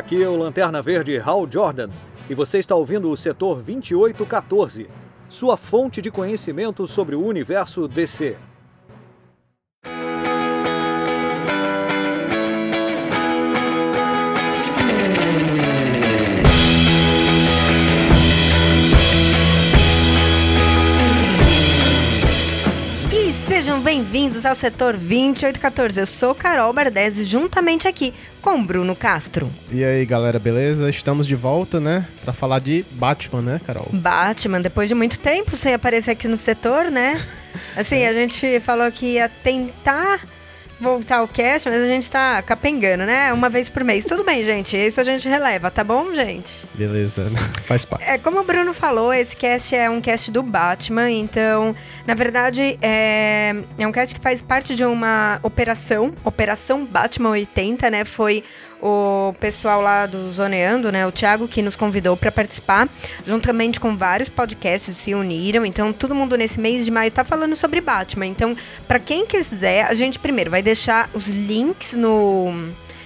Aqui é o Lanterna Verde Hal Jordan e você está ouvindo o Setor 2814, sua fonte de conhecimento sobre o universo DC. Sejam bem-vindos ao Setor 2814. Eu sou Carol Bardesi, juntamente aqui com Bruno Castro. E aí, galera, beleza? Estamos de volta, né? Pra falar de Batman, né, Carol? Batman, depois de muito tempo sem aparecer aqui no setor, né? Assim, a gente falou que ia tentar voltar ao cast, mas a gente tá capengando, né? Uma vez por mês. Tudo bem, gente. Isso a gente releva, tá bom, gente? Beleza, faz parte. Como o Bruno falou, esse cast é um cast do Batman, então, na verdade, é um cast que faz parte de uma Operação Batman 80, né? Foi o pessoal lá do Zoneando, né, o Thiago, que nos convidou para participar, juntamente com vários podcasts se uniram, então todo mundo nesse mês de maio tá falando sobre Batman. Então, para quem quiser, a gente primeiro vai deixar os links no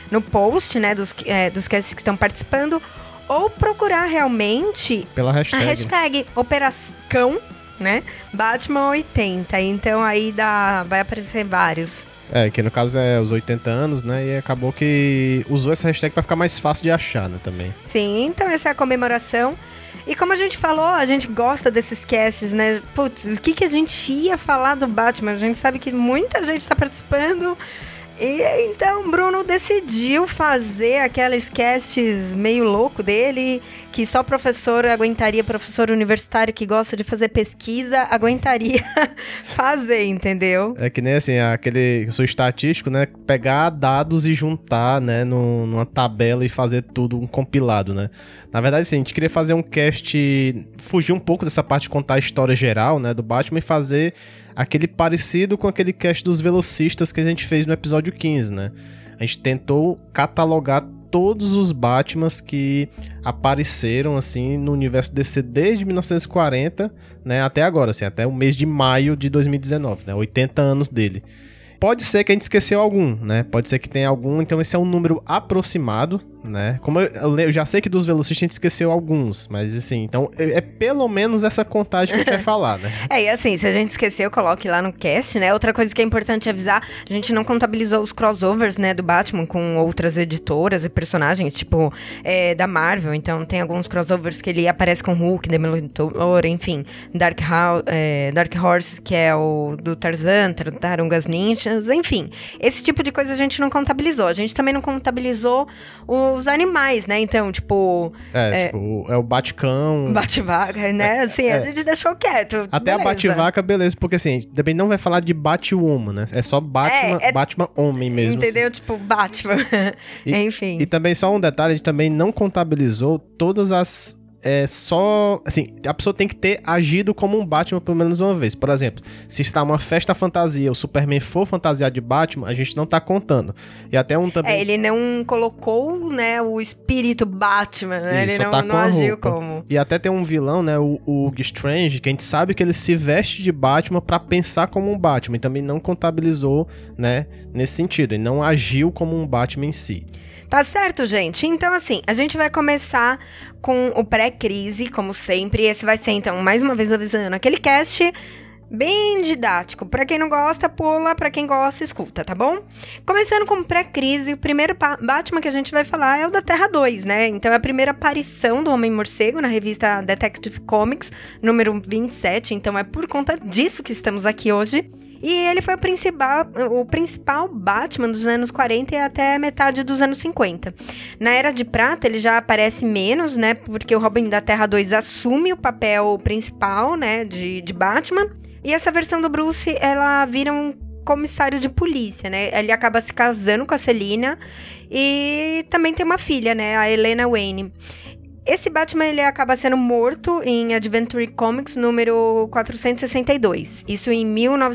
post, né, dos casts que estão participando, ou procurar realmente pela hashtag. A hashtag Operação, né, Batman 80, então aí vai aparecer vários. Que no caso é os 80 anos, né? E acabou que usou essa hashtag pra ficar mais fácil de achar, né? Também. Sim, então essa é a comemoração. E como a gente falou, a gente gosta desses casts, né? Putz, o que a gente ia falar do Batman? A gente sabe que muita gente tá participando. E então Bruno decidiu fazer aqueles casts meio louco dele, que só professor universitário que gosta de fazer pesquisa, aguentaria fazer, entendeu? É que nem assim, eu sou estatístico, né? Pegar dados e juntar, né, numa tabela e fazer tudo um compilado, né? Na verdade, sim, a gente queria fazer um cast, fugir um pouco dessa parte de contar a história geral, né, do Batman e fazer aquele parecido com aquele cast dos velocistas que a gente fez no episódio 15, né? A gente tentou catalogar todos os Batmans que apareceram, assim, no universo DC desde 1940, né? Até agora, assim, até o mês de maio de 2019, né? 80 anos dele. Pode ser que a gente esqueceu algum, né? Pode ser que tenha algum, então esse é um número aproximado, né? Como eu já sei que dos velocistas a gente esqueceu alguns, mas assim, então é pelo menos essa contagem que a gente vai falar, né? E assim, se a gente esqueceu, coloque lá no cast, né? Outra coisa que é importante avisar, a gente não contabilizou os crossovers, né, do Batman com outras editoras e personagens, tipo, da Marvel, então tem alguns crossovers que ele aparece com Hulk, Demolidor, enfim, Dark Horse, que é o do Tarzan, Tartarugas Ninjas, enfim, esse tipo de coisa a gente não contabilizou. A gente também não contabilizou os animais, né? Então, tipo... é o Batcão... Bate-vaca, né? Assim, a gente deixou quieto. Até beleza. A Bate-vaca, beleza, porque assim, também não vai falar de Batwoman, né? É só Batman, Batman homem mesmo. Entendeu? Assim. Tipo, Batman. Enfim. E também só um detalhe, a gente também não contabilizou todas as... só... Assim, a pessoa tem que ter agido como um Batman pelo menos uma vez. Por exemplo, se está uma festa fantasia, o Superman for fantasiado de Batman, a gente não tá contando. E até um também... ele não colocou, né, o espírito Batman, né? Isso, ele não agiu como... E até tem um vilão, né, o Strange, que a gente sabe que ele se veste de Batman pra pensar como um Batman. E também não contabilizou, né, nesse sentido. Ele não agiu como um Batman em si. Tá certo, gente? Então, assim, a gente vai começar com o pré-crise, como sempre. Esse vai ser, então, mais uma vez avisando, aquele cast bem didático. Pra quem não gosta, pula. Pra quem gosta, escuta, tá bom? Começando com o pré-crise, o primeiro Batman que a gente vai falar é o da Terra 2, né? Então, é a primeira aparição do Homem-Morcego na revista Detective Comics, número 27. Então, é por conta disso que estamos aqui hoje. E ele foi o principal Batman dos anos 40 e até metade dos anos 50. Na Era de Prata, ele já aparece menos, né? Porque o Robin da Terra 2 assume o papel principal, né? De Batman. E essa versão do Bruce, ela vira um comissário de polícia, né? Ele acaba se casando com a Selina e também tem uma filha, né? A Helena Wayne. Esse Batman, ele acaba sendo morto em Adventure Comics número 462. Isso em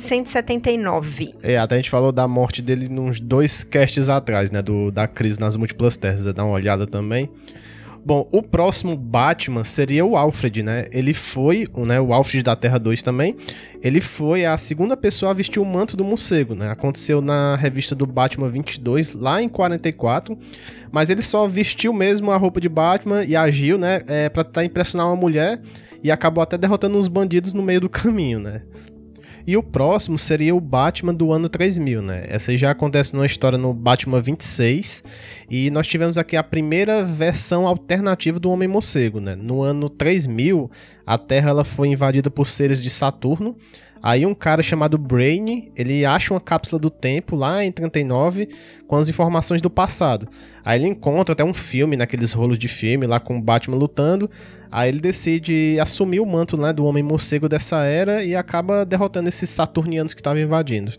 1979. Até a gente falou da morte dele nos 2 casts atrás, né? Da crise nas múltiplas terras. Dá uma olhada também. Bom, o próximo Batman seria o Alfred, né? Ele foi, né, o Alfred da Terra 2 também, ele foi a segunda pessoa a vestir o manto do morcego, né? Aconteceu na revista do Batman 22, lá em 44, mas ele só vestiu mesmo a roupa de Batman e agiu, né, pra tentar impressionar uma mulher e acabou até derrotando uns bandidos no meio do caminho, né? E o próximo seria o Batman do ano 3000, né? Essa aí já acontece numa história no Batman 26. E nós tivemos aqui a primeira versão alternativa do Homem-Morcego, né? No ano 3000, a Terra ela foi invadida por seres de Saturno. Aí um cara chamado Brainy, ele acha uma cápsula do tempo lá em 39 com as informações do passado. Aí ele encontra até um filme, naqueles rolos de filme lá com o Batman lutando. Aí ele decide assumir o manto, né, do Homem-Morcego dessa era e acaba derrotando esses saturnianos que estavam invadindo.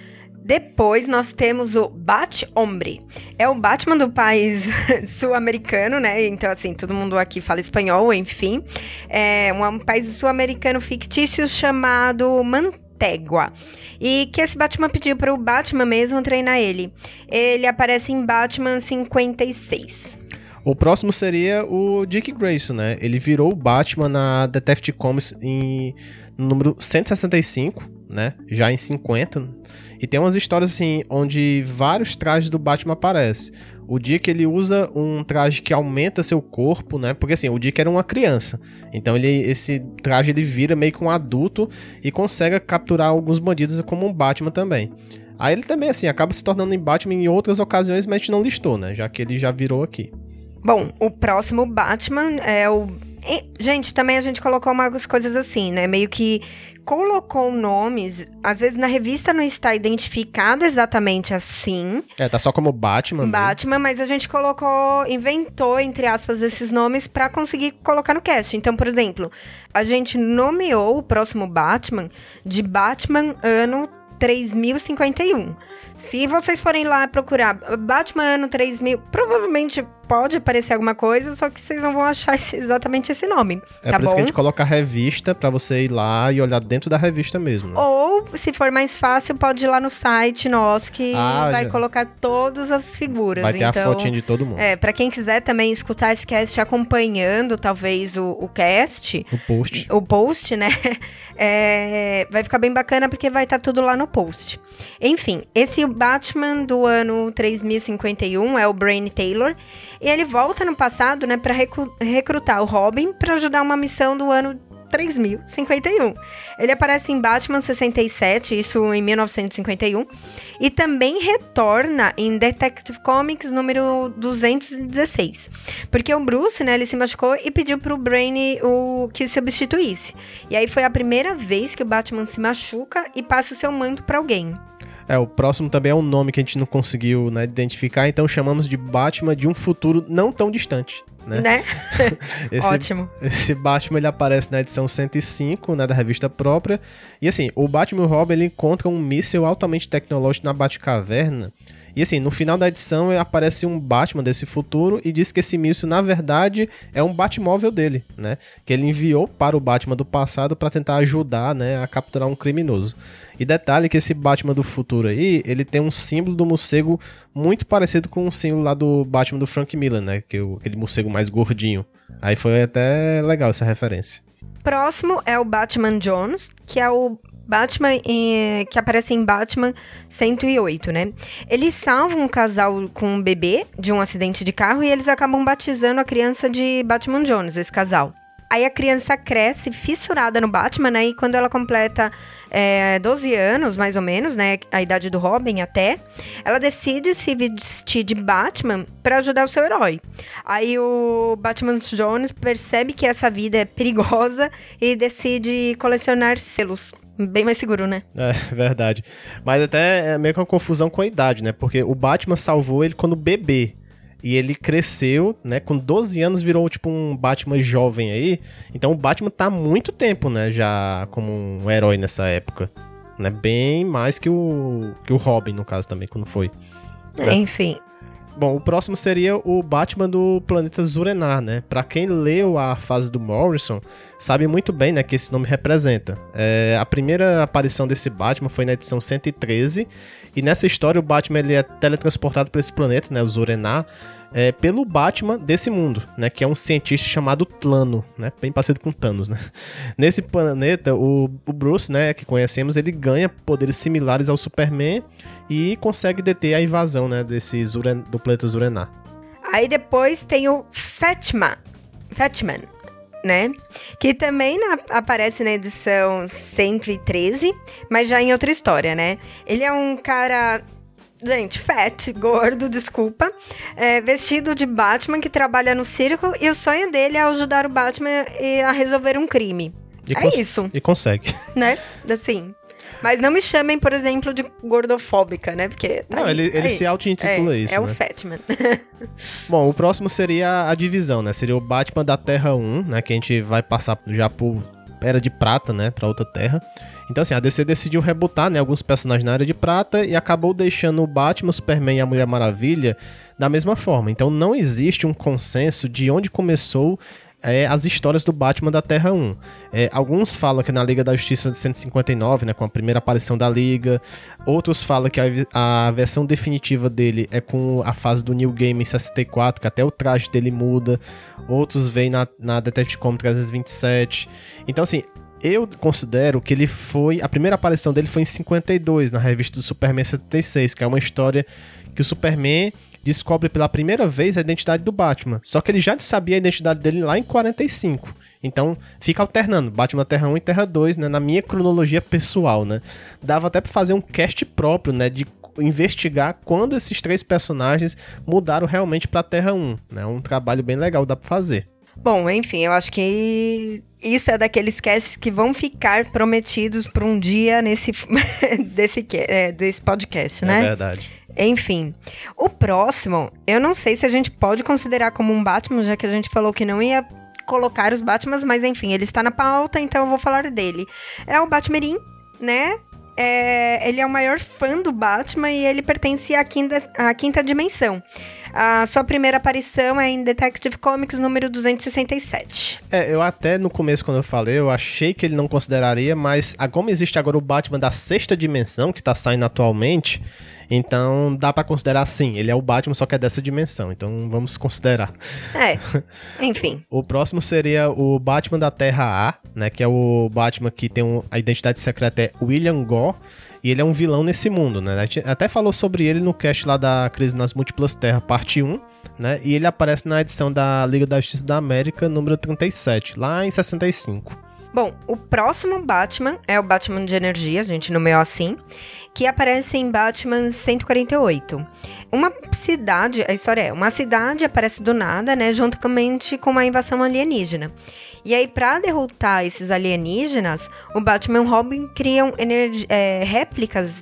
Depois nós temos o Bat-Hombre. É o Batman do país sul-americano, né? Então, assim, todo mundo aqui fala espanhol, enfim. É um país sul-americano fictício chamado Mantegua. E que esse Batman pediu para o Batman mesmo treinar ele. Ele aparece em Batman 56. O próximo seria o Dick Grayson, né? Ele virou o Batman na Detective Comics no número 165, né? Já em 50. E tem umas histórias assim, onde vários trajes do Batman aparecem. O Dick, ele usa um traje que aumenta seu corpo, né? Porque assim, o Dick era uma criança. Então esse traje ele vira meio que um adulto e consegue capturar alguns bandidos como um Batman também. Aí ele também, assim, acaba se tornando em Batman em outras ocasiões, mas a gente não listou, né? Já que ele já virou aqui. Bom, o próximo Batman é o... Gente, também a gente colocou umas coisas assim, né? Meio que colocou nomes, às vezes na revista não está identificado exatamente assim. Tá só como Batman. Batman, mas a gente inventou, entre aspas, esses nomes pra conseguir colocar no cast. Então, por exemplo, a gente nomeou o próximo Batman de Batman ano 3051. Se vocês forem lá procurar Batman ano 3000, provavelmente pode aparecer alguma coisa, só que vocês não vão achar exatamente esse nome, tá por bom? Isso que a gente coloca a revista pra você ir lá e olhar dentro da revista mesmo, né? Ou, se for mais fácil, pode ir lá no site nosso que vai colocar todas as figuras. Vai ter a fotinha de todo mundo. Pra quem quiser também escutar esse cast acompanhando, talvez, o cast. O post, né? Vai ficar bem bacana porque vai estar tudo lá no post. Enfim, esse Batman do ano 3051 é o Brainy Taylor. E ele volta no passado, né, pra recrutar o Robin pra ajudar uma missão do ano 3051. Ele aparece em Batman 67, isso em 1951. E também retorna em Detective Comics número 216. Porque o Bruce, né, ele se machucou e pediu pro Brainy que substituísse. E aí foi a primeira vez que o Batman se machuca e passa o seu manto pra alguém. O próximo também é um nome que a gente não conseguiu, né, identificar, então chamamos de Batman de um futuro não tão distante, né? Ótimo. Esse Batman, ele aparece na edição 105, né, da revista própria, e assim, o Batman e o Robin, ele encontra um míssil altamente tecnológico na Batcaverna, e assim, no final da edição aparece um Batman desse futuro e diz que esse míssil, na verdade, é um Batmóvel dele, né, que ele enviou para o Batman do passado para tentar ajudar, né, a capturar um criminoso. E detalhe que esse Batman do futuro aí, ele tem um símbolo do morcego muito parecido com o símbolo lá do Batman do Frank Miller, né? Que é aquele morcego mais gordinho. Aí foi até legal essa referência. Próximo é o Batman Jones, que é o Batman que aparece em Batman 108, né? Eles salvam um casal com um bebê de um acidente de carro e eles acabam batizando a criança de Batman Jones, esse casal. Aí a criança cresce fissurada no Batman, né? E quando ela completa 12 anos, mais ou menos, né? A idade do Robin até, ela decide se vestir de Batman pra ajudar o seu herói. Aí o Batman Jones percebe que essa vida é perigosa e decide colecionar selos. Bem mais seguro, né? É, verdade. Mas até é meio que uma confusão com a idade, né? Porque o Batman salvou ele quando bebê. E ele cresceu, né? Com 12 anos virou tipo um Batman jovem aí. Então o Batman tá há muito tempo, né? Já como um herói nessa época. Né? Bem mais que o Robin, no caso, também, quando foi. Enfim. Bom, o próximo seria o Batman do planeta Zur-En-Arrh, né? Pra quem leu a fase do Morrison, sabe muito bem, né, que esse nome representa. A primeira aparição desse Batman foi na edição 113, e nessa história o Batman ele é teletransportado para esse planeta, né, o Zur-En-Arrh, pelo Batman desse mundo, né? Que é um cientista chamado Tlano, né? Bem parecido com Thanos, né? Nesse planeta, o Bruce, né? Que conhecemos, ele ganha poderes similares ao Superman e consegue deter a invasão, né? Do planeta Zur-En-Arrh. Aí depois tem o Fatman, né? Que também aparece na edição 113, mas já em outra história, né? Ele é um cara... Gente, gordo, desculpa. Vestido de Batman, que trabalha no circo. E o sonho dele é ajudar o Batman a resolver um crime. Isso. E consegue. Né? Assim. Mas não me chamem, por exemplo, de gordofóbica, né? Porque... Não, ele se auto-intitula isso, né? o Fatman. Bom, o próximo seria a divisão, né? Seria o Batman da Terra 1, né? Que a gente vai passar já por Era de Prata, né? Pra outra terra. Então, assim, a DC decidiu rebootar, né, alguns personagens na Era de Prata e acabou deixando o Batman, o Superman e a Mulher Maravilha da mesma forma. Então, não existe um consenso de onde começou as histórias do Batman da Terra 1. Alguns falam que é na Liga da Justiça de 159, né, com a primeira aparição da Liga. Outros falam que a versão definitiva dele é com a fase do New Game em 64, que até o traje dele muda. Outros veem na Detective Comics 327. Então, assim... Eu considero que a primeira aparição dele foi em 52, na revista do Superman 76, que é uma história que o Superman descobre pela primeira vez a identidade do Batman. Só que ele já sabia a identidade dele lá em 45. Então, fica alternando, Batman Terra 1 e Terra 2, né, na minha cronologia pessoal, né. Dava até pra fazer um cast próprio, né, de investigar quando esses três personagens mudaram realmente pra Terra 1, né, um trabalho bem legal, dá pra fazer. Bom, enfim, eu acho que isso é daqueles casts que vão ficar prometidos por um dia desse podcast, né? É verdade. Enfim, o próximo, eu não sei se a gente pode considerar como um Batman, já que a gente falou que não ia colocar os Batmans, mas enfim, ele está na pauta, então eu vou falar dele. É o Batmirim, né? Ele é o maior fã do Batman e ele pertence à quinta dimensão. A sua primeira aparição é em Detective Comics número 267. Eu até no começo, quando eu falei, eu achei que ele não consideraria, mas como existe agora o Batman da sexta dimensão, que tá saindo atualmente, então dá pra considerar sim, ele é o Batman, só que é dessa dimensão, então vamos considerar. Enfim. O próximo seria o Batman da Terra A, né, que é o Batman que tem a identidade secreta é William Gore, e ele é um vilão nesse mundo, né? A gente até falou sobre ele no cast lá da Crise nas Múltiplas Terras, parte 1, né? E ele aparece na edição da Liga da Justiça da América, número 37, lá em 65. Bom, o próximo Batman é o Batman de Energia, a gente nomeou assim, que aparece em Batman 148. Uma cidade aparece do nada, né, juntamente com uma invasão alienígena. E aí, pra derrotar esses alienígenas, o Batman e o Robin criam réplicas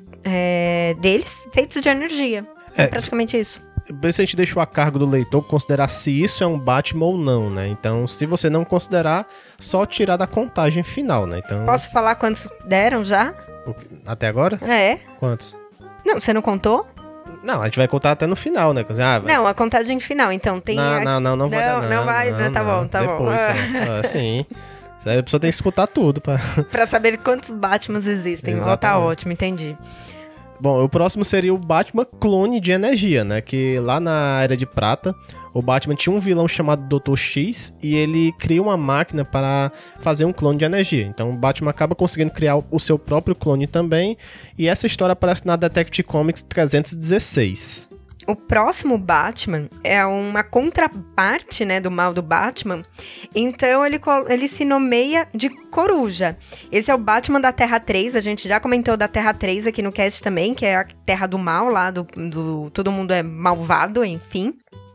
deles feitos de energia. É praticamente isso. Se a gente deixou a cargo do leitor considerar se isso é um Batman ou não, né? Então, se você não considerar, só tirar da contagem final, né? Então... Posso falar quantos deram já? Até agora? Quantos? Não, você não contou? Não, a gente vai contar até no final, né? Não, a contagem final, então tem... Não vai dar, não. Não vai, tá bom. Depois, sim. A pessoa tem que escutar tudo pra saber quantos Batmans existem. Tá ótimo, entendi. Bom, o próximo seria o Batman Clone de Energia, né? Que lá na Era de Prata, o Batman tinha um vilão chamado Dr. X e ele cria uma máquina para fazer um clone de energia. Então o Batman acaba conseguindo criar o seu próprio clone também. E essa história aparece na Detective Comics 316. O próximo Batman é uma contraparte, né, do mal do Batman. Então, ele se nomeia de Coruja. Esse é o Batman da Terra 3. A gente já comentou da Terra 3 aqui no cast também, que é a Terra do Mal, lá do todo mundo é malvado, enfim.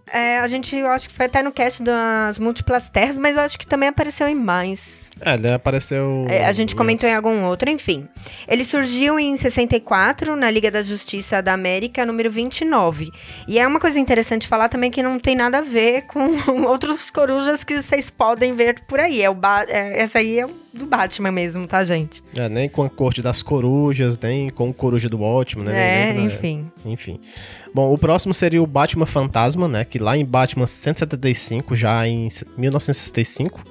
Eu acho que foi até no cast das Múltiplas Terras, mas eu acho que também apareceu em mais. Ele apareceu... a gente comentou em algum outro, enfim. Ele surgiu em 64, na Liga da Justiça da América, número 29. E é uma coisa interessante falar também que não tem nada a ver com outros corujas que vocês podem ver por aí. Essa aí é do Batman mesmo, tá, gente? Nem com a corte das corujas, nem com o coruja do Batman, né? Enfim. Bom, o próximo seria o Batman Fantasma, né? Que lá em Batman 175, já em 1965,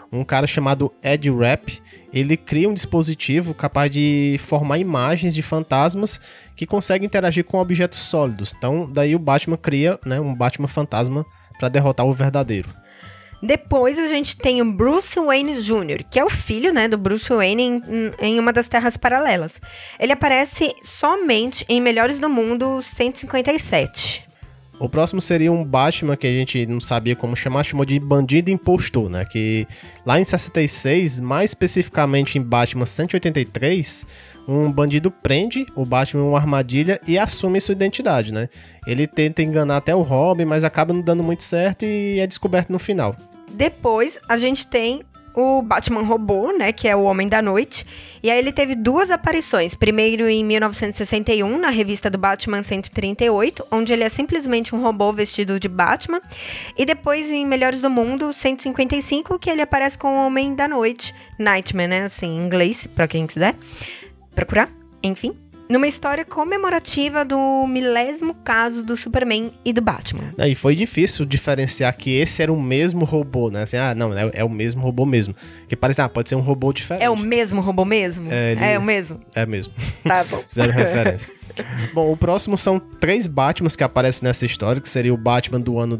um cara chamado Ed Rapp, ele cria um dispositivo capaz de formar imagens de fantasmas que conseguem interagir com objetos sólidos. Então, daí o Batman cria, né, um Batman fantasma para derrotar o verdadeiro. Depois a gente tem o Bruce Wayne Jr., que é o filho, né, do Bruce Wayne em uma das Terras Paralelas. Ele aparece somente em Melhores do Mundo 157. O próximo seria um Batman que a gente não sabia como chamar, chamou de Bandido Impostor, né? Que lá em 66, mais especificamente em Batman 183, um bandido prende o Batman em uma armadilha e assume sua identidade, né? Ele tenta enganar até o Robin, mas acaba não dando muito certo e é descoberto no final. Depois a gente tem o Batman Robô, né, que é o Homem da Noite. E aí ele teve 2 aparições. Primeiro em 1961, na revista do Batman 138, onde ele é simplesmente um robô vestido de Batman. E depois em Melhores do Mundo 155, que ele aparece com o Homem da Noite. Nightman, né, assim, em inglês, pra quem quiser procurar. Enfim, numa história comemorativa do 1000º caso do Superman e do Batman. E foi difícil diferenciar que esse era o mesmo robô, né? Assim, não, é o mesmo robô mesmo. Que parece, pode ser um robô diferente. É o mesmo robô mesmo? É o mesmo? É mesmo. Tá bom. Fizeram referência. Bom, o próximo são 3 Batmans que aparecem nessa história, que seria o Batman do ano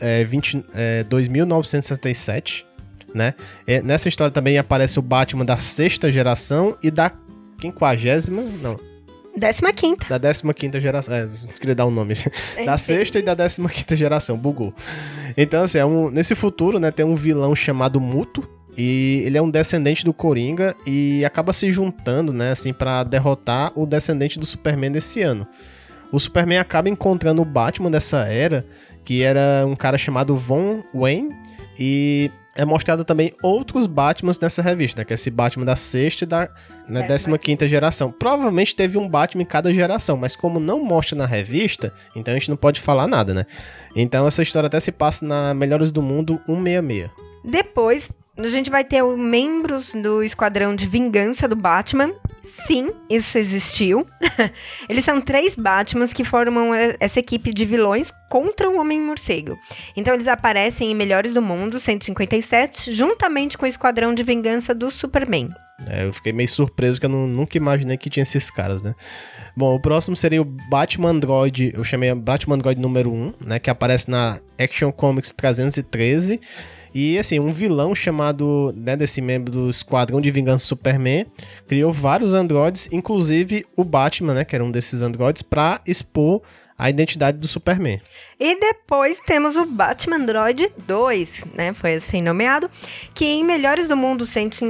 2967, né? Nessa história também aparece o Batman da 6ª geração e da 50ª... Não... 15ª. Da 15ª geração. Queria dar um nome. Da 6ª e da 15ª geração. Bugou. Então, assim, nesse futuro, né, tem um vilão chamado Muto. E ele é um descendente do Coringa e acaba se juntando, né, assim, pra derrotar o descendente do Superman desse ano. O Superman acaba encontrando o Batman dessa era, que era um cara chamado Von Wayne. E é mostrado também outros Batmans nessa revista, né? Que é esse Batman da 6ª e da 15ª geração. Provavelmente teve um Batman em cada geração, mas como não mostra na revista, então a gente não pode falar nada, né? Então essa história até se passa na Melhores do Mundo 166. Depois, a gente vai ter os membros do Esquadrão de Vingança do Batman. Sim, isso existiu. Eles são 3 Batmans que formam essa equipe de vilões contra o Homem-Morcego. Então, eles aparecem em Melhores do Mundo 157, juntamente com o Esquadrão de Vingança do Superman. Eu fiquei meio surpreso que eu nunca imaginei que tinha esses caras, né? Bom, o próximo seria o Batman Android, eu chamei Batman Android número 1, né? Que aparece na Action Comics 313. E, assim, um vilão chamado, né, desse membro do Esquadrão de Vingança Superman, criou vários androides, inclusive o Batman, né, que era um desses androides, pra expor a identidade do Superman. E depois temos o Batman Android 2, né, foi assim nomeado, que em Melhores do Mundo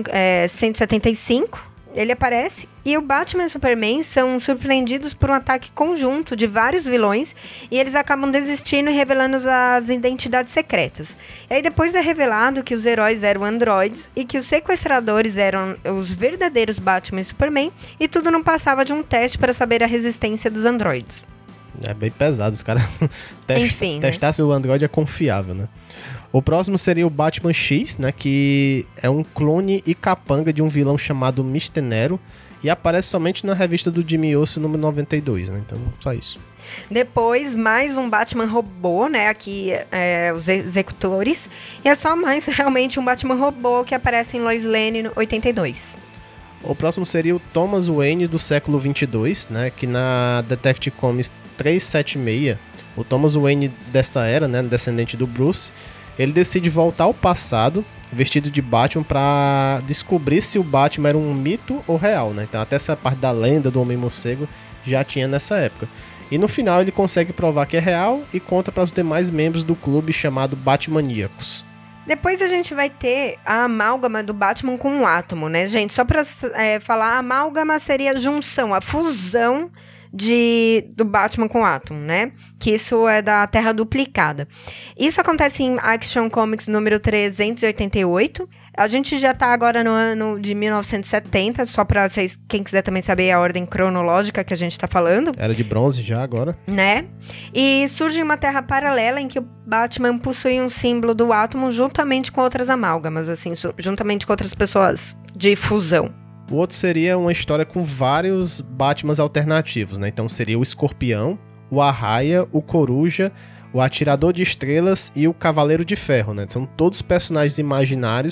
175... ele aparece e o Batman e o Superman são surpreendidos por um ataque conjunto de vários vilões e eles acabam desistindo e revelando as identidades secretas. E aí depois é revelado que os heróis eram androides e que os sequestradores eram os verdadeiros Batman e Superman e tudo não passava de um teste para saber a resistência dos androides. É bem pesado, os caras testar, né? Se o androide é confiável, né? O próximo seria o Batman X, né, que é um clone e capanga de um vilão chamado Mr. Nero e aparece somente na revista do Jimmy Olsen número 92, né, então só isso. Depois, mais um Batman robô, né, aqui os executores, e é só mais realmente um Batman robô que aparece em Lois Lane no 82. O próximo seria o Thomas Wayne do século 22, né, que na Detective Comics 376, o Thomas Wayne dessa era, né, descendente do Bruce, ele decide voltar ao passado, vestido de Batman, pra descobrir se o Batman era um mito ou real, né? Então até essa parte da lenda do Homem-Morcego já tinha nessa época. E no final ele consegue provar que é real e conta para os demais membros do clube chamado Batmaníacos. Depois a gente vai ter a amálgama do Batman com o Átomo, né, gente? Só pra falar, a amálgama seria a junção, a fusão do Batman com o Atom, né? Que isso é da Terra Duplicada. Isso acontece em Action Comics número 388. A gente já tá agora no ano de 1970, só pra vocês, quem quiser também saber a ordem cronológica que a gente tá falando. Era de bronze já agora. Né? E surge uma terra paralela em que o Batman possui um símbolo do átomo juntamente com outras amálgamas, assim, juntamente com outras pessoas de fusão. O outro seria uma história com vários Batmans alternativos, né? Então seria o Escorpião, o Arraia, o Coruja, o Atirador de Estrelas e o Cavaleiro de Ferro, né? São todos personagens imaginários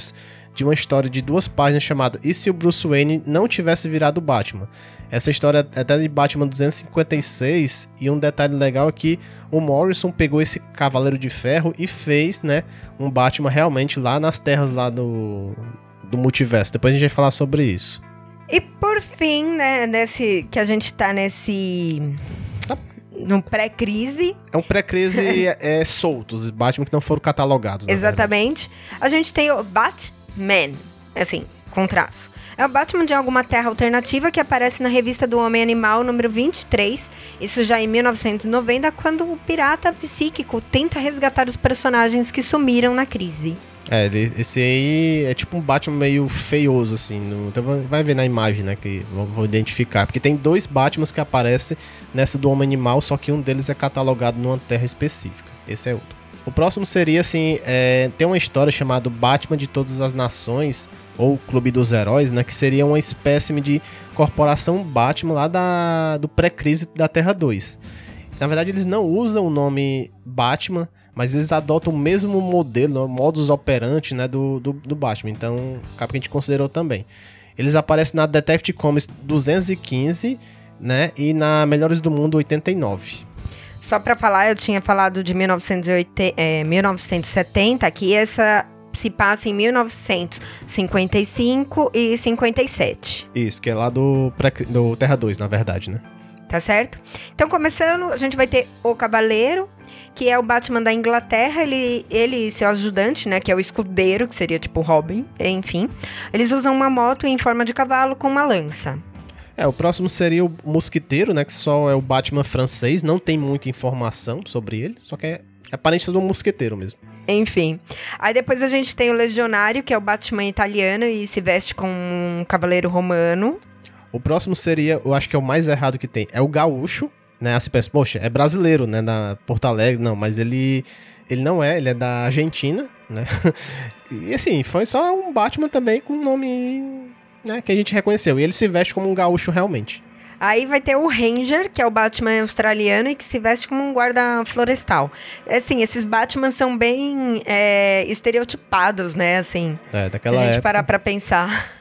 de uma história de 2 páginas chamada E se o Bruce Wayne não tivesse virado o Batman? Essa história é até de Batman 256, e um detalhe legal é que o Morrison pegou esse Cavaleiro de Ferro e fez, né, um Batman realmente lá nas terras lá do multiverso. Depois a gente vai falar sobre isso. E por fim, né, que a gente tá no pré-crise. É um pré-crise soltos, Batman que não foram catalogados. Exatamente. A gente tem o Batman, assim, com traço. É o Batman de alguma terra alternativa que aparece na revista do Homem Animal número 23, isso já em 1990, quando o pirata psíquico tenta resgatar os personagens que sumiram na crise. Esse aí é tipo um Batman meio feioso, assim. Então vai ver na imagem, né, que vou identificar. Porque tem 2 Batmans que aparecem nessa do Homem Animal, só que um deles é catalogado numa terra específica. Esse é outro. O próximo seria, assim, tem uma história chamada Batman de Todas as Nações, ou Clube dos Heróis, né, que seria uma espécime de corporação Batman lá do pré-crise da Terra 2. Na verdade, eles não usam o nome Batman, mas eles adotam o mesmo modelo, o modus operandi, né, do Batman. Então, acaba que a gente considerou também. Eles aparecem na Detective Comics 215, né, e na Melhores do Mundo 89. Só pra falar, eu tinha falado de 1970, que essa se passa em 1955 e 57. Isso, que é lá do Terra 2, na verdade, né? Tá certo? Então, começando, a gente vai ter o Cavaleiro, que é o Batman da Inglaterra, ele e seu ajudante, né, que é o escudeiro, que seria tipo Robin, enfim. Eles usam uma moto em forma de cavalo com uma lança. O próximo seria o Mosquiteiro, né, que só é o Batman francês, não tem muita informação sobre ele, só que é aparência do mosqueteiro mesmo. Enfim. Aí depois a gente tem o Legionário, que é o Batman italiano e se veste com um cavaleiro romano. O próximo seria, eu acho que é o mais errado que tem, é o Gaúcho, né? Assim, pensa, poxa, é brasileiro, né? Na Porto Alegre, não, mas ele não é, ele é da Argentina, né? E assim, foi só um Batman também com um nome, né, que a gente reconheceu. E ele se veste como um gaúcho realmente. Aí vai ter o Ranger, que é o Batman australiano e que se veste como um guarda florestal. Assim, esses Batman são bem estereotipados, né? Assim, daquela se a gente época. parar pra pensar.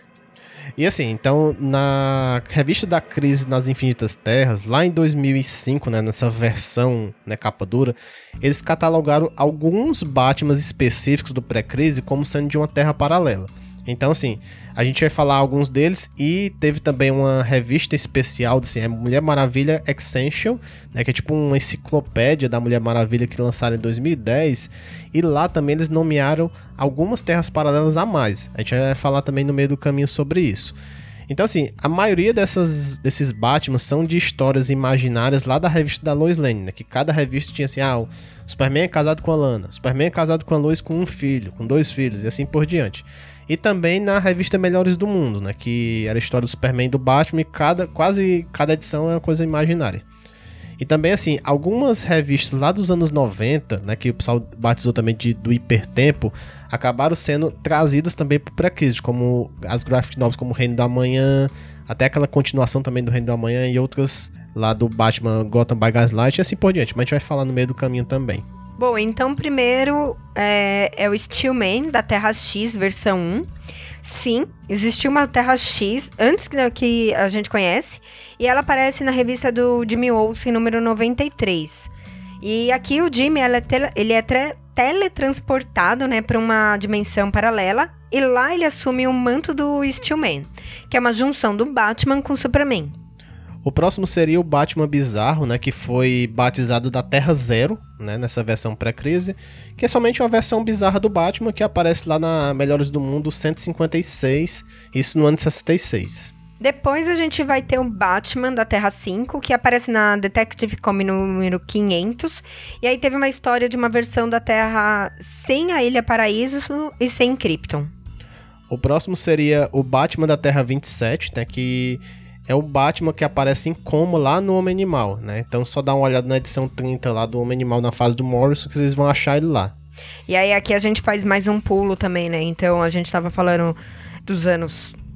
E assim, então, na revista da Crise nas Infinitas Terras, lá em 2005, né, nessa versão, né, capa dura, eles catalogaram alguns Batmans específicos do pré-crise como sendo de uma terra paralela. Então, assim, a gente vai falar alguns deles e teve também uma revista especial, assim, Mulher Maravilha Essential, né, que é tipo uma enciclopédia da Mulher Maravilha que lançaram em 2010, e lá também eles nomearam algumas terras paralelas a mais. A gente vai falar também no meio do caminho sobre isso. Então, assim, a maioria desses Batman são de histórias imaginárias lá da revista da Lois Lane, né? Que cada revista tinha assim, o Superman é casado com a Lana, o Superman é casado com a Lois com um filho, com 2 filhos, e assim por diante. E também na revista Melhores do Mundo, né? Que era a história do Superman e do Batman, e quase cada edição é uma coisa imaginária. E também, assim, algumas revistas lá dos anos 90, né? Que o pessoal batizou também do hipertempo, acabaram sendo trazidas também para o pré-crise, como as graphic novels como o Reino da Manhã, até aquela continuação também do Reino da Manhã e outras lá do Batman Gotham by Gaslight e assim por diante, mas a gente vai falar no meio do caminho também. Bom, então primeiro é o Steelman da Terra X, versão 1. Sim, existiu uma Terra X antes que a gente conhece, e ela aparece na revista do Jimmy Olsen, número 93. E aqui o Jimmy, ele é teletransportado, né, para uma dimensão paralela, e lá ele assume o manto do Steelman, que é uma junção do Batman com o Superman. O próximo seria o Batman Bizarro, né, que foi batizado da Terra Zero, né, nessa versão pré-crise, que é somente uma versão bizarra do Batman que aparece lá na Melhores do Mundo 156, isso no ano de 66. Depois a gente vai ter o Batman da Terra 5, que aparece na Detective Comics número 500. E aí teve uma história de uma versão da Terra sem a Ilha Paraíso e sem Krypton. O próximo seria o Batman da Terra 27, né, que é o Batman que aparece em coma lá no Homem Animal, né? Então só dá uma olhada na edição 30 lá do Homem Animal na fase do Morrison que vocês vão achar ele lá. E aí aqui a gente faz mais um pulo também, né? Então a gente tava falando dos anos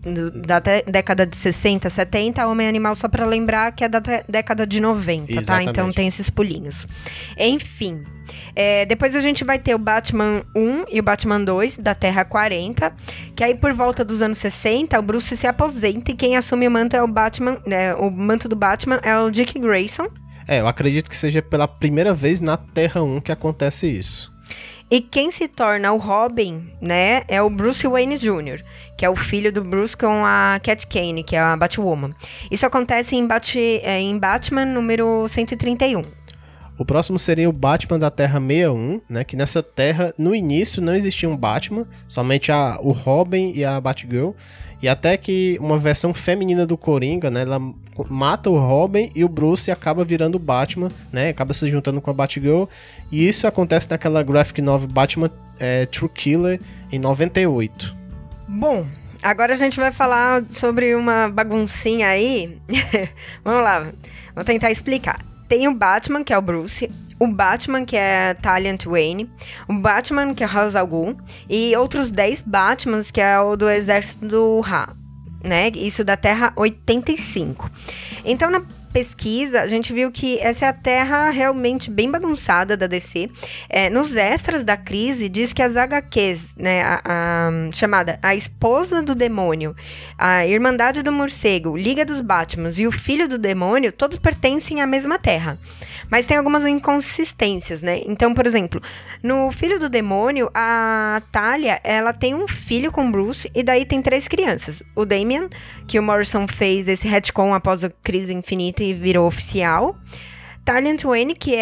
da década de 60, 70, Homem-Animal, só pra lembrar que é da década de 90, Exatamente. tá? Então tem esses pulinhos. Enfim, depois a gente vai ter o Batman 1 e o Batman 2, da Terra 40, que aí por volta dos anos 60, o Bruce se aposenta e quem assume o manto é o Batman, o manto do Batman é o Dick Grayson. Eu acredito que seja pela primeira vez na Terra 1 que acontece isso. E quem se torna o Robin, né, é o Bruce Wayne Jr., que é o filho do Bruce com a Cat Kane, que é a Batwoman. Isso acontece em Batman número 131. O próximo seria o Batman da Terra 61, né, que nessa Terra, no início, não existia um Batman, somente o Robin e a Batgirl, e até que uma versão feminina do Coringa, né, ela mata o Robin e o Bruce acaba virando o Batman, né, acaba se juntando com a Batgirl, e isso acontece naquela graphic novel Batman True Killer, em 98. Bom, agora a gente vai falar sobre uma baguncinha aí. Vamos lá, vou tentar explicar. Tem o Batman, que é o Bruce, o Batman, que é Talia Wayne, o Batman, que é Ra's al Ghul, e outros 10 Batmans, que é o do exército do Ra, né? Isso da Terra 85. Então, na pesquisa, a gente viu que essa é a Terra realmente bem bagunçada da DC. Nos extras da crise, diz que as HQs, né, chamada A Esposa do Demônio, a Irmandade do Morcego, Liga dos Batmans e o Filho do Demônio, todos pertencem à mesma Terra. Mas tem algumas inconsistências, né? Então, por exemplo, no Filho do Demônio, a Talia, ela tem um filho com Bruce e daí tem 3 crianças. O Damian, que o Morrison fez esse retcon após a crise infinita e virou oficial. Talia Wayne, que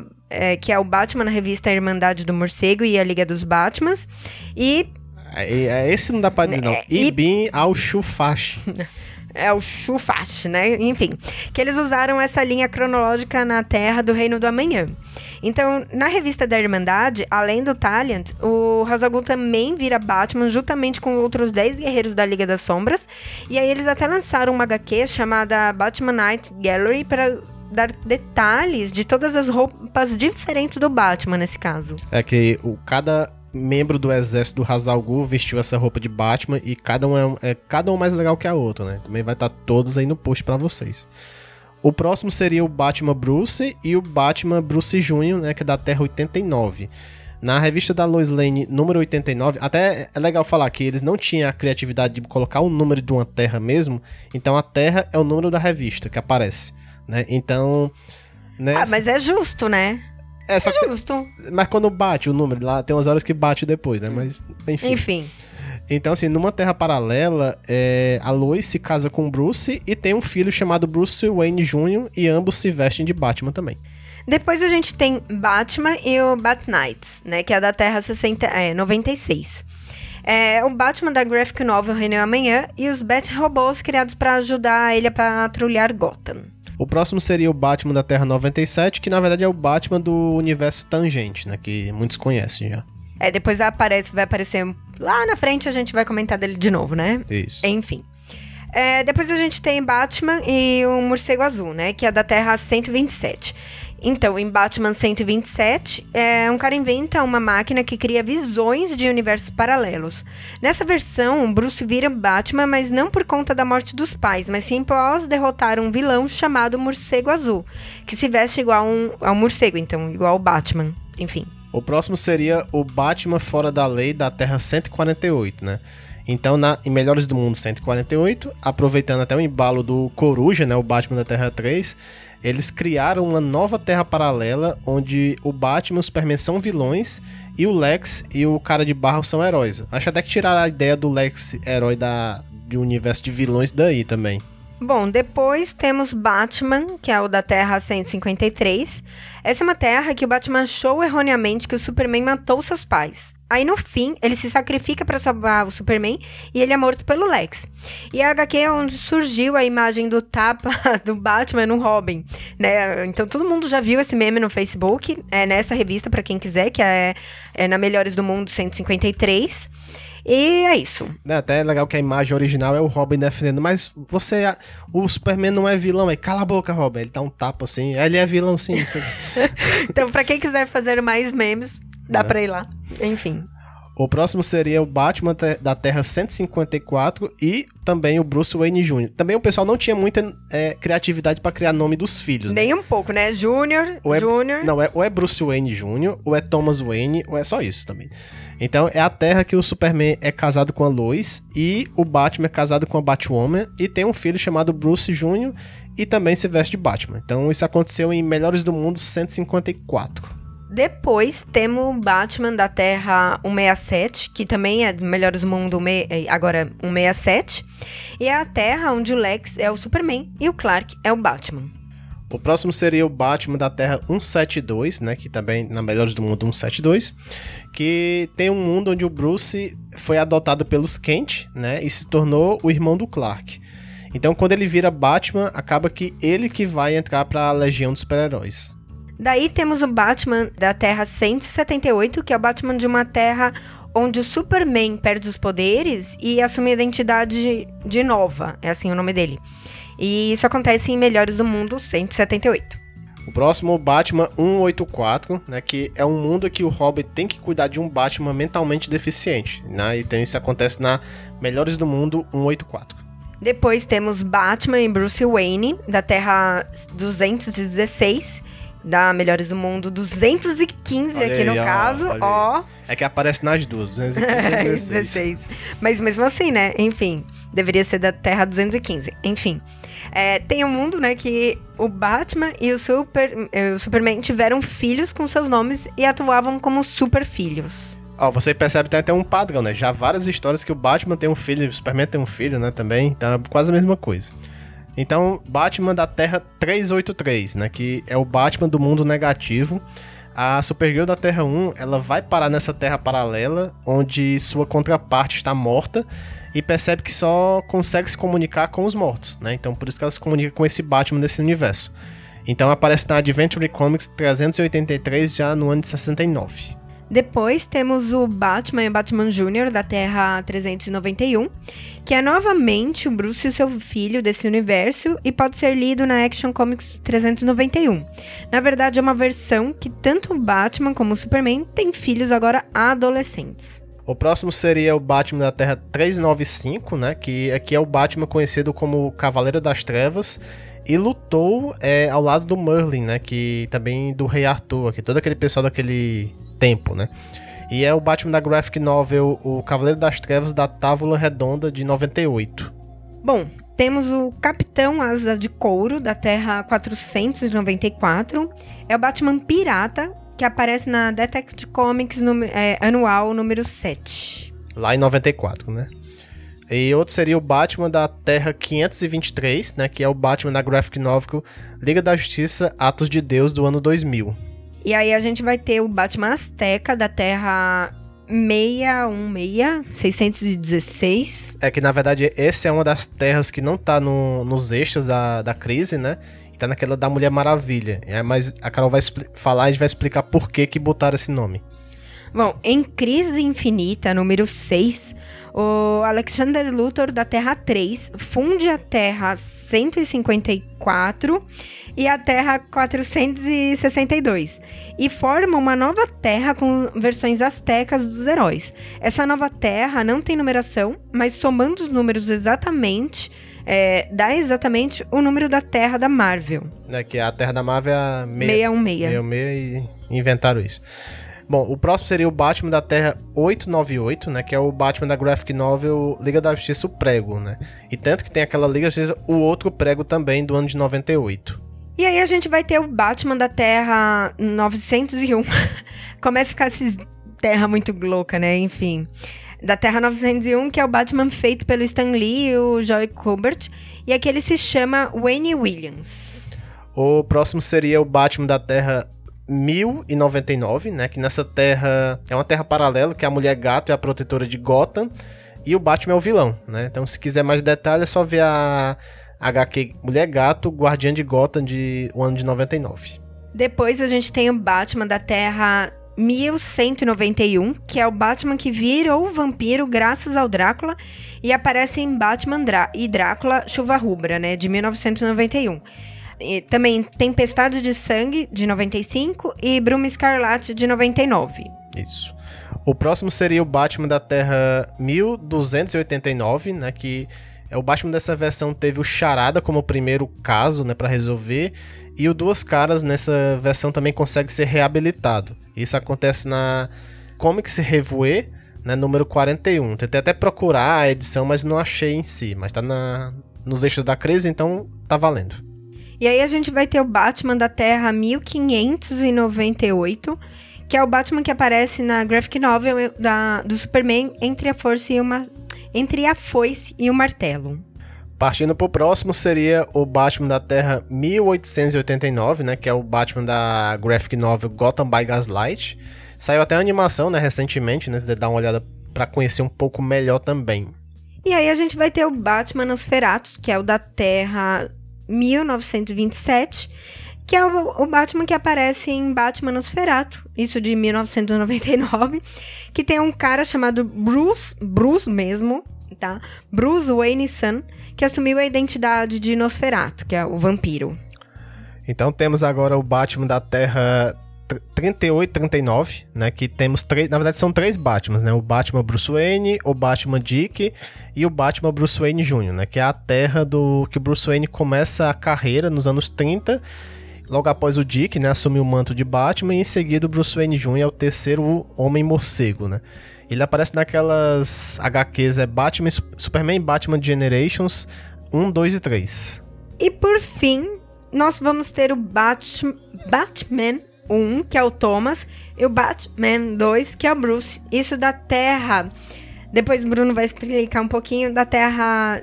é o Batman na revista Irmandade do Morcego e a Liga dos Batmans. E... esse não dá pra dizer, não. Ibn al-Shufash. É o Shufash, né? Enfim, que eles usaram essa linha cronológica na Terra do Reino do Amanhã. Então, na revista da Irmandade, além do Taliant, o Ra's al Ghul também vira Batman juntamente com outros 10 guerreiros da Liga das Sombras. E aí eles até lançaram uma HQ chamada Batman Night Gallery para dar detalhes de todas as roupas diferentes do Batman nesse caso. É que cada membro do exército do Ra's al Ghul vestiu essa roupa de Batman e cada um mais legal que a outra, né? Também vai estar todos aí no post pra vocês. O próximo seria o Batman Bruce e o Batman Bruce Jr., né, que é da Terra 89. Na revista da Lois Lane, número 89, até é legal falar que eles não tinham a criatividade de colocar o número de uma Terra mesmo, então a Terra é o número da revista que aparece, né? Então... mas é justo, né? Só que, justo. Mas quando bate o número lá, tem umas horas que bate depois, né? Mas, enfim. Então, assim, numa Terra paralela, a Lois se casa com o Bruce e tem um filho chamado Bruce Wayne Jr. e ambos se vestem de Batman também. Depois a gente tem Batman e o Bat Knights, né? Que é da Terra 96. O Batman da Graphic Novel Reino Amanhã e os Bat-Robôs criados para ajudar ele a patrulhar Gotham. O próximo seria o Batman da Terra 97, que na verdade é o Batman do universo Tangente, né? Que muitos conhecem já. Depois vai aparecer lá na frente, a gente vai comentar dele de novo, né? Isso. Enfim. Depois a gente tem Batman e o Morcego Azul, né? Que é da Terra 127. Então, em Batman 127, um cara inventa uma máquina que cria visões de universos paralelos. Nessa versão, Bruce vira Batman, mas não por conta da morte dos pais, mas sim após derrotar um vilão chamado Morcego Azul, que se veste igual ao morcego, então, igual ao Batman, enfim. O próximo seria o Batman Fora da Lei da Terra 148, né? Então, em Melhores do Mundo 148, aproveitando até o embalo do Coruja, né, o Batman da Terra 3, eles criaram uma nova Terra paralela onde o Batman e o Superman são vilões e o Lex e o Cara de Barro são heróis. Acho até que tiraram a ideia do Lex herói do universo de vilões daí também. Bom, depois temos Batman, que é o da Terra 153. Essa é uma terra que o Batman achou erroneamente que o Superman matou seus pais. Aí, no fim, ele se sacrifica para salvar o Superman e ele é morto pelo Lex. E a HQ é onde surgiu a imagem do tapa do Batman no Robin, né? Então, todo mundo já viu esse meme no Facebook, nessa revista, para quem quiser, que é na Melhores do Mundo 153. E é isso. Até é legal que a imagem original é o Robin defendendo, mas o Superman não é vilão, aí cala a boca, Robin, ele dá um tapa assim, ele é vilão sim. Então, pra quem quiser fazer mais memes, dá pra ir lá. Enfim. O próximo seria o Batman da Terra 154 e também o Bruce Wayne Jr. Também o pessoal não tinha muita criatividade pra criar nome dos filhos, né? Nem um pouco, né? Júnior. Não, ou é Bruce Wayne Jr., ou é Thomas Wayne, ou é só isso também. Então, é a Terra que o Superman é casado com a Lois e o Batman é casado com a Batwoman e tem um filho chamado Bruce Jr. e também se veste de Batman. Então, isso aconteceu em Melhores do Mundo 154. Depois temos o Batman da Terra 167, que também é do Melhores do Mundo, agora 167. E é a Terra onde o Lex é o Superman e o Clark é o Batman. O próximo seria o Batman da Terra 172, né, que também na Melhores do Mundo 172, que tem um mundo onde o Bruce foi adotado pelos Kent, né, e se tornou o irmão do Clark. Então, quando ele vira Batman, acaba que ele que vai entrar para a Legião dos Super-Heróis. Daí temos o Batman da Terra 178, que é o Batman de uma terra onde o Superman perde os poderes e assume a identidade de Nova, é assim o nome dele. E isso acontece em Melhores do Mundo 178. O próximo, o Batman 184, né, que é um mundo que o Robin tem que cuidar de um Batman mentalmente deficiente, né, então isso acontece na Melhores do Mundo 184. Depois temos Batman e Bruce Wayne, da Terra 216, da Melhores do Mundo 215 olha aqui aí, no caso, ó. É que aparece nas duas, 215 e 216. Mas mesmo assim, né, enfim, deveria ser da Terra 215, enfim. Tem um mundo, né, que o Batman e o Superman tiveram filhos com seus nomes e atuavam como super filhos. Ó, você percebe que tem até um padrão, né, já várias histórias que o Batman tem um filho e o Superman tem um filho, né, também, então é quase a mesma coisa. Então, Batman da Terra 383, né, que é o Batman do mundo negativo. A Supergirl da Terra 1, ela vai parar nessa terra paralela, onde sua contraparte está morta, e percebe que só consegue se comunicar com os mortos, né? Então, por isso que ela se comunica com esse Batman desse universo. Então, aparece na Adventure Comics 383, já no ano de 69. Depois temos o Batman e Batman Jr. da Terra 391, que é novamente o Bruce e o seu filho desse universo e pode ser lido na Action Comics 391. Na verdade, é uma versão que tanto o Batman como o Superman têm filhos agora adolescentes. O próximo seria o Batman da Terra 395, né? Que aqui é o Batman conhecido como Cavaleiro das Trevas e lutou ao lado do Merlin, né? Que também do Rei Arthur, que todo aquele pessoal daquele tempo, né? E é o Batman da Graphic Novel, o Cavaleiro das Trevas da Távola Redonda de 98. Bom, temos o Capitão Asa de Couro da Terra 494. É o Batman Pirata, que aparece na Detective Comics anual número 7. Lá em 94, né? E outro seria o Batman da Terra 523, né? Que é o Batman da Graphic Novel Liga da Justiça Atos de Deus do ano 2000. E aí a gente vai ter o Batman Azteca da Terra 616. É que na verdade essa é uma das terras que não tá nos extras da crise, né? E tá naquela da Mulher Maravilha. Mas a Carol vai falar e a gente vai explicar por que botaram esse nome. Bom, em Crise Infinita, número 6, o Alexander Luthor da Terra 3 funde a Terra 154 e a Terra 462 e forma uma nova Terra com versões astecas dos heróis. Essa nova Terra não tem numeração, mas somando os números exatamente, dá exatamente o número da Terra da Marvel. Que a Terra da Marvel é a 616. E inventaram isso. Bom, o próximo seria o Batman da Terra 898, né? Que é o Batman da Graphic Novel Liga da Justiça, o Prego, né? E tanto que tem aquela Liga da Justiça, o outro Prego também, do ano de 98. E aí a gente vai ter o Batman da Terra 901. Começa a ficar essa terra muito louca, né? Enfim. Da Terra 901, que é o Batman feito pelo Stan Lee e o Joy Kubert. E aqui ele se chama Wayne Williams. O próximo seria o Batman da Terra 1099, né? Que nessa terra é uma terra paralela, que a Mulher Gato é a protetora de Gotham e o Batman é o vilão, né? Então, se quiser mais detalhes, é só ver a HQ Mulher Gato, Guardiã de Gotham, de o ano de 99. Depois a gente tem o Batman da Terra 1191, que é o Batman que virou vampiro graças ao Drácula e aparece em Batman e Drácula Chuva Rubra, né? De 1991. E também Tempestade de Sangue, de 95, e Bruma Escarlate, de 99. Isso. O próximo seria o Batman da Terra 1289, né, que o Batman dessa versão teve o Charada como o primeiro caso, né, pra resolver, e o Duas Caras nessa versão também consegue ser reabilitado. Isso acontece na Comics Revue, né, número 41. Tentei até procurar a edição, mas não achei em si, mas tá nos extras da crise, então tá valendo. E aí a gente vai ter o Batman da Terra 1598, que é o Batman que aparece na graphic novel do Superman Entre a Foice e o Martelo. Partindo pro próximo seria o Batman da Terra 1889, né, que é o Batman da graphic novel Gotham by Gaslight. Saiu até a animação, né, recentemente, né, se você dar uma olhada pra conhecer um pouco melhor também. E aí a gente vai ter o Batman Nosferatu, que é o da Terra 1927, que é o Batman que aparece em Batman Nosferatu, isso de 1999, que tem um cara chamado Bruce mesmo, tá? Bruce Wayne Sun, que assumiu a identidade de Nosferatu, que é o vampiro. Então temos agora o Batman da Terra 3839, né, que temos na verdade são 3 Batmans, né, o Batman Bruce Wayne, o Batman Dick e o Batman Bruce Wayne Jr., né, que é a terra que o Bruce Wayne começa a carreira nos anos 30, logo após o Dick, né, assumir o manto de Batman, e em seguida o Bruce Wayne Jr. é o terceiro Homem-Morcego, né. Ele aparece naquelas HQs, Batman, Superman Batman Generations 1, 2 e 3. E por fim, nós vamos ter o Batman 1, que é o Thomas, e o Batman 2, que é o Bruce. Isso da Terra, depois o Bruno vai explicar um pouquinho, da Terra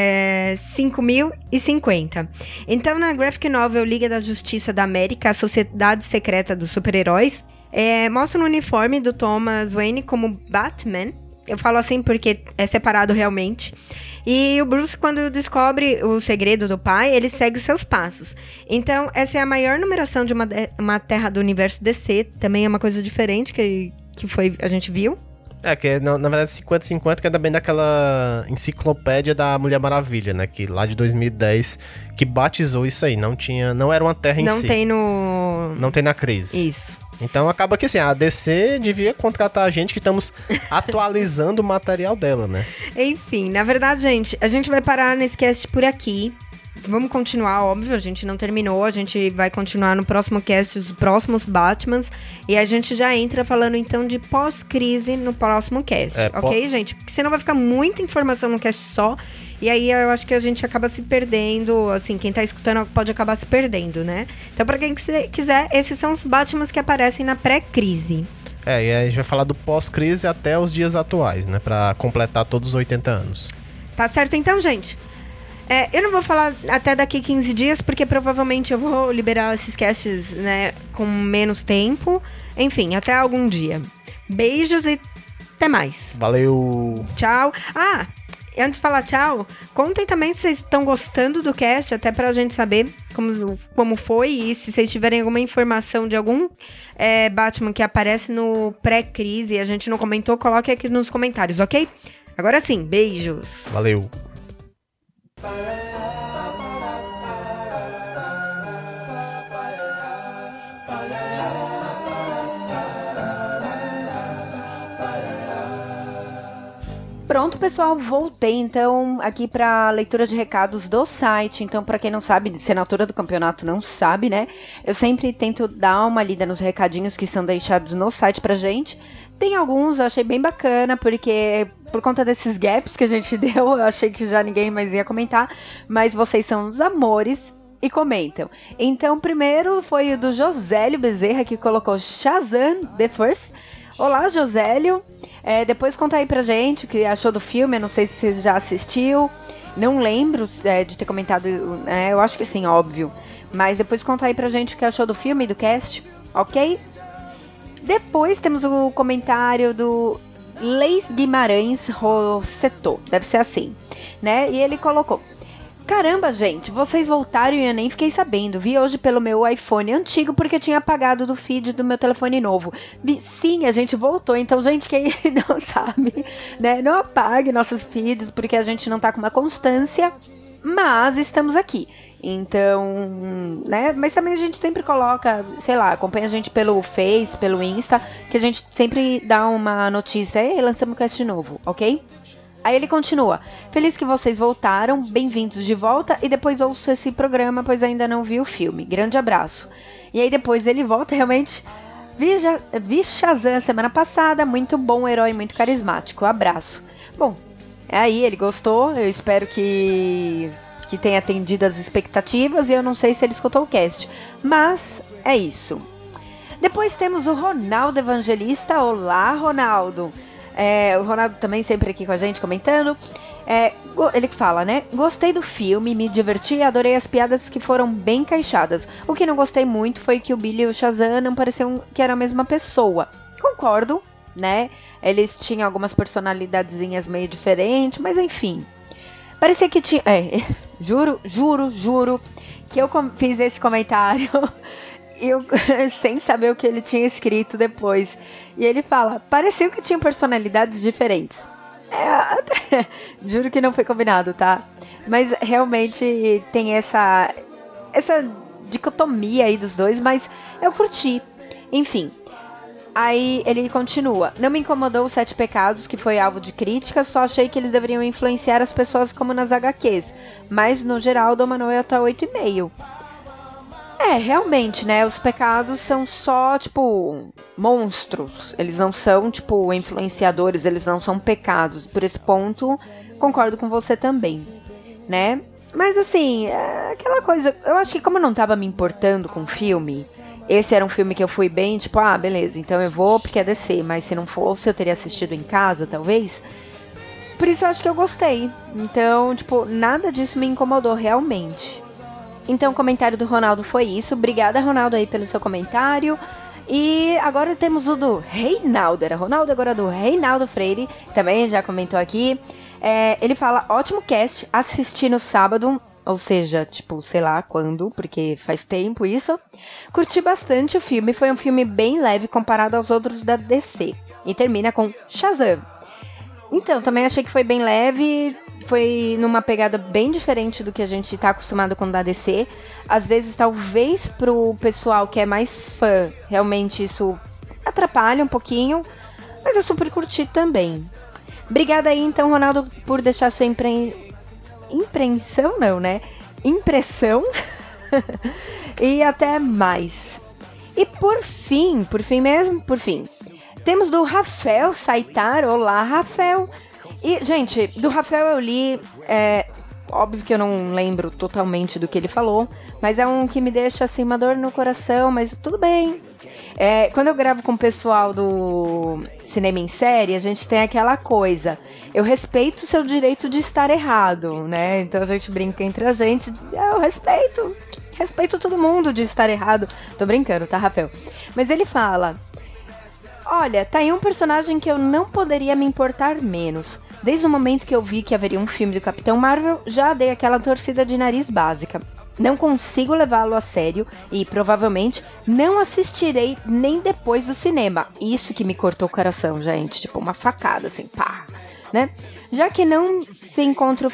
5050. Então, na graphic novel Liga da Justiça da América, a Sociedade Secreta dos Super-Heróis, mostra o uniforme do Thomas Wayne como Batman. Eu falo assim porque é separado realmente. E o Bruce, quando descobre o segredo do pai, ele segue seus passos. Então, essa é a maior numeração de uma terra do universo DC. Também é uma coisa diferente que a gente viu. Que é, na verdade, 50-50, que é também daquela enciclopédia da Mulher Maravilha, né? Que lá de 2010, que batizou isso aí. Não era uma terra em si. Não tem na crise. Isso. Então acaba que assim, a DC devia contratar a gente que estamos atualizando o material dela, né? Enfim, na verdade, gente, a gente vai parar nesse cast por aqui. Vamos continuar, óbvio, a gente não terminou, a gente vai continuar no próximo cast os próximos Batmans, e a gente já entra falando então de pós-crise no próximo cast, ok, gente? Porque senão vai ficar muita informação no cast só, e aí eu acho que a gente acaba se perdendo, assim, quem tá escutando pode acabar se perdendo, né? Então, pra quem quiser, esses são os Batmans que aparecem na pré-crise. E aí a gente vai falar do pós-crise até os dias atuais, né? Pra completar todos os 80 anos. Tá certo então, gente? Eu não vou falar até daqui 15 dias, porque provavelmente eu vou liberar esses casts, né, com menos tempo. Enfim, até algum dia. Beijos e até mais. Valeu! Tchau! Antes de falar tchau, contem também se vocês estão gostando do cast, até pra gente saber como foi, e se vocês tiverem alguma informação de algum Batman que aparece no pré-crise e a gente não comentou, coloque aqui nos comentários, ok? Agora sim, beijos! Valeu! Pronto, pessoal, voltei então aqui para leitura de recados do site. Então, para quem não sabe, se na altura do campeonato não sabe, né? Eu sempre tento dar uma lida nos recadinhos que são deixados no site pra gente. Tem alguns, eu achei bem bacana, porque por conta desses gaps que a gente deu, eu achei que já ninguém mais ia comentar, mas vocês são os amores e comentam. Então, primeiro foi o do Josélio Bezerra, que colocou Shazam The First. Olá, Josélio. Depois conta aí pra gente o que achou do filme, eu não sei se você já assistiu, não lembro de ter comentado, eu acho que sim, óbvio. Mas depois conta aí pra gente o que achou do filme e do cast, ok? Depois temos o comentário do Leis Guimarães Rosseto, deve ser assim, né? E ele colocou: caramba, gente, vocês voltaram e eu nem fiquei sabendo. Vi hoje pelo meu iPhone antigo porque tinha apagado do feed do meu telefone novo. Sim, a gente voltou. Então, gente, quem não sabe, né? Não apague nossos feeds porque a gente não tá com uma constância. Mas estamos aqui. Então, né? Mas também a gente sempre coloca, sei lá, acompanha a gente pelo Face, pelo Insta, que a gente sempre dá uma notícia. Ei, lançamos um cast novo, ok? Aí ele continua. Feliz que vocês voltaram, bem-vindos de volta. E depois ouço esse programa, pois ainda não vi o filme. Grande abraço. E aí depois ele volta, realmente. Vi Shazam semana passada, muito bom, herói, muito carismático. Abraço. Bom, aí ele gostou, eu espero que tenha atendido as expectativas e eu não sei se ele escutou o cast, mas é isso. Depois temos o Ronaldo Evangelista. Olá, Ronaldo. O Ronaldo também sempre aqui com a gente comentando. Ele fala, né? Gostei do filme, me diverti e adorei as piadas que foram bem encaixadas. O que não gostei muito foi que o Billy e o Shazam não pareciam que era a mesma pessoa. Concordo, né? Eles tinham algumas personalidadezinhas meio diferentes, mas enfim. Parecia que tinha... Juro que eu fiz esse comentário eu, sem saber o que ele tinha escrito depois. E ele fala, parecia que tinham personalidades diferentes. Juro que não foi combinado, tá? Mas realmente tem essa dicotomia aí dos dois, mas eu curti. Enfim. Aí ele continua. Não me incomodou os 7 pecados, que foi alvo de críticas, só achei que eles deveriam influenciar as pessoas como nas HQs. Mas, no geral, dou uma nota 8,5. Realmente, né? Os pecados são só, tipo, monstros. Eles não são, tipo, influenciadores, eles não são pecados. Por esse ponto, concordo com você também, né? Mas, assim, aquela coisa... Eu acho que como eu não tava me importando com o filme... Esse era um filme que eu fui bem, tipo, beleza, então eu vou porque é DC, mas se não fosse, eu teria assistido em casa, talvez. Por isso eu acho que eu gostei. Então, tipo, nada disso me incomodou realmente. Então o comentário do Ronaldo foi isso. Obrigada, Ronaldo, aí pelo seu comentário. E agora temos o do Reinaldo. Era Ronaldo, agora do Reinaldo Freire. Também já comentou aqui. Ele fala, ótimo cast, assisti no sábado... Ou seja, tipo, sei lá quando, porque faz tempo isso. Curti bastante o filme, foi um filme bem leve comparado aos outros da DC. E termina com Shazam. Então, também achei que foi bem leve, foi numa pegada bem diferente do que a gente tá acostumado com o da DC. Às vezes, talvez pro pessoal que é mais fã, realmente isso atrapalha um pouquinho, mas eu super curti também. Obrigada aí, então, Ronaldo, por deixar sua impressão não, né? Impressão. E até mais. E por fim, temos do Rafael Saitar. Olá, Rafael. E, gente, do Rafael eu li... óbvio que eu não lembro totalmente do que ele falou, mas é um que me deixa, assim, uma dor no coração, mas tudo bem. Quando eu gravo com o pessoal do Cinema em Série, a gente tem aquela coisa. Eu respeito o seu direito de estar errado, né? Então a gente brinca entre a gente. Eu respeito todo mundo de estar errado. Tô brincando, tá, Rafael? Mas ele fala... Olha, tá aí um personagem que eu não poderia me importar menos. Desde o momento que eu vi que haveria um filme do Capitão Marvel, já dei aquela torcida de nariz básica. Não consigo levá-lo a sério e, provavelmente, não assistirei nem depois do cinema. Isso que me cortou o coração, gente. Tipo, uma facada, assim, pá. Né? Já que não se encontra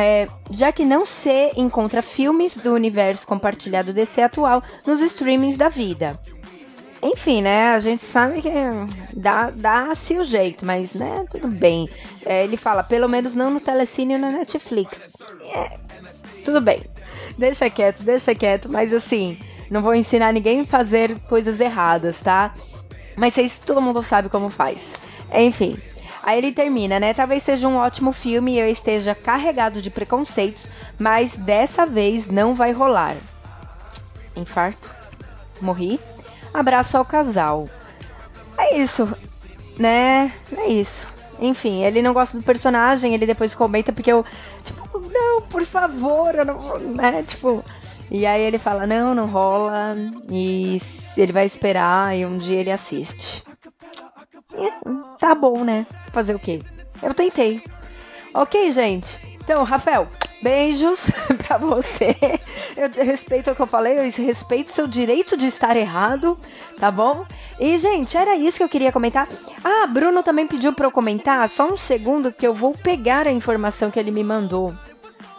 filmes do universo compartilhado DC atual nos streamings da vida. Enfim, né? A gente sabe que dá-se o jeito, mas, né? Tudo bem. Ele fala, pelo menos não no Telecine ou na Netflix. Tudo bem. Deixa quieto, mas assim, não vou ensinar ninguém a fazer coisas erradas, tá? Mas todo mundo sabe como faz. Enfim, aí ele termina, né? Talvez seja um ótimo filme e eu esteja carregado de preconceitos, mas dessa vez não vai rolar. Infarto? Morri? Abraço ao casal. É isso, né? É isso. Enfim, ele não gosta do personagem, ele depois comenta porque eu, tipo, não, por favor, eu não vou, né, tipo... E aí ele fala, não rola, e ele vai esperar e um dia ele assiste. E, tá bom, né? Fazer o quê? Eu tentei. Ok, gente? Então, Rafael, beijos pra você. Eu respeito o que eu falei, eu respeito o seu direito de estar errado, tá bom? E, gente, era isso que eu queria comentar. Bruno também pediu pra eu comentar, só um segundo que eu vou pegar a informação que ele me mandou.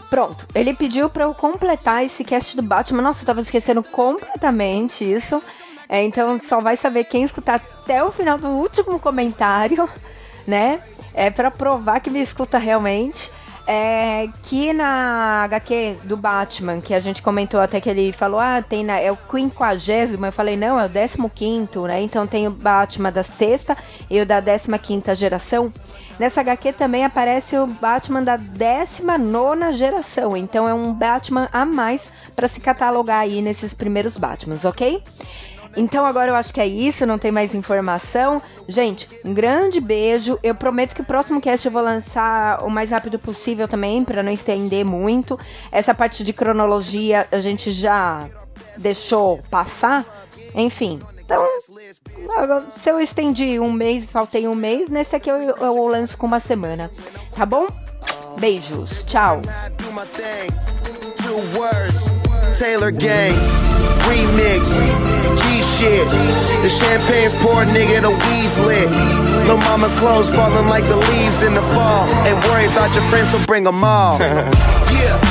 Pronto, ele pediu pra eu completar esse cast do Batman. Nossa, eu tava esquecendo completamente isso. Então só vai saber quem escutar até o final do último comentário, né? Pra provar que me escuta realmente. Que na HQ do Batman, que a gente comentou até que ele falou, é o 50º, eu falei, não, é o 15º, né? Então tem o Batman da 6ª e o da 15ª geração. Nessa HQ também aparece o Batman da 19ª geração, então é um Batman a mais pra se catalogar aí nesses primeiros Batmans, ok? Então agora eu acho que é isso, não tem mais informação. Gente, um grande beijo. Eu prometo que o próximo cast eu vou lançar o mais rápido possível também, pra não estender muito. Essa parte de cronologia a gente já deixou passar. Enfim, então, se eu estendi um mês, faltei um mês, nesse aqui eu lanço com uma semana. Tá bom? Beijos, tchau. Taylor Gang, remix, G-shit. The champagne's poured, nigga, the weed's lit. Lil' mama clothes falling like the leaves in the fall. Ain't worried about your friends, so bring them all. Yeah.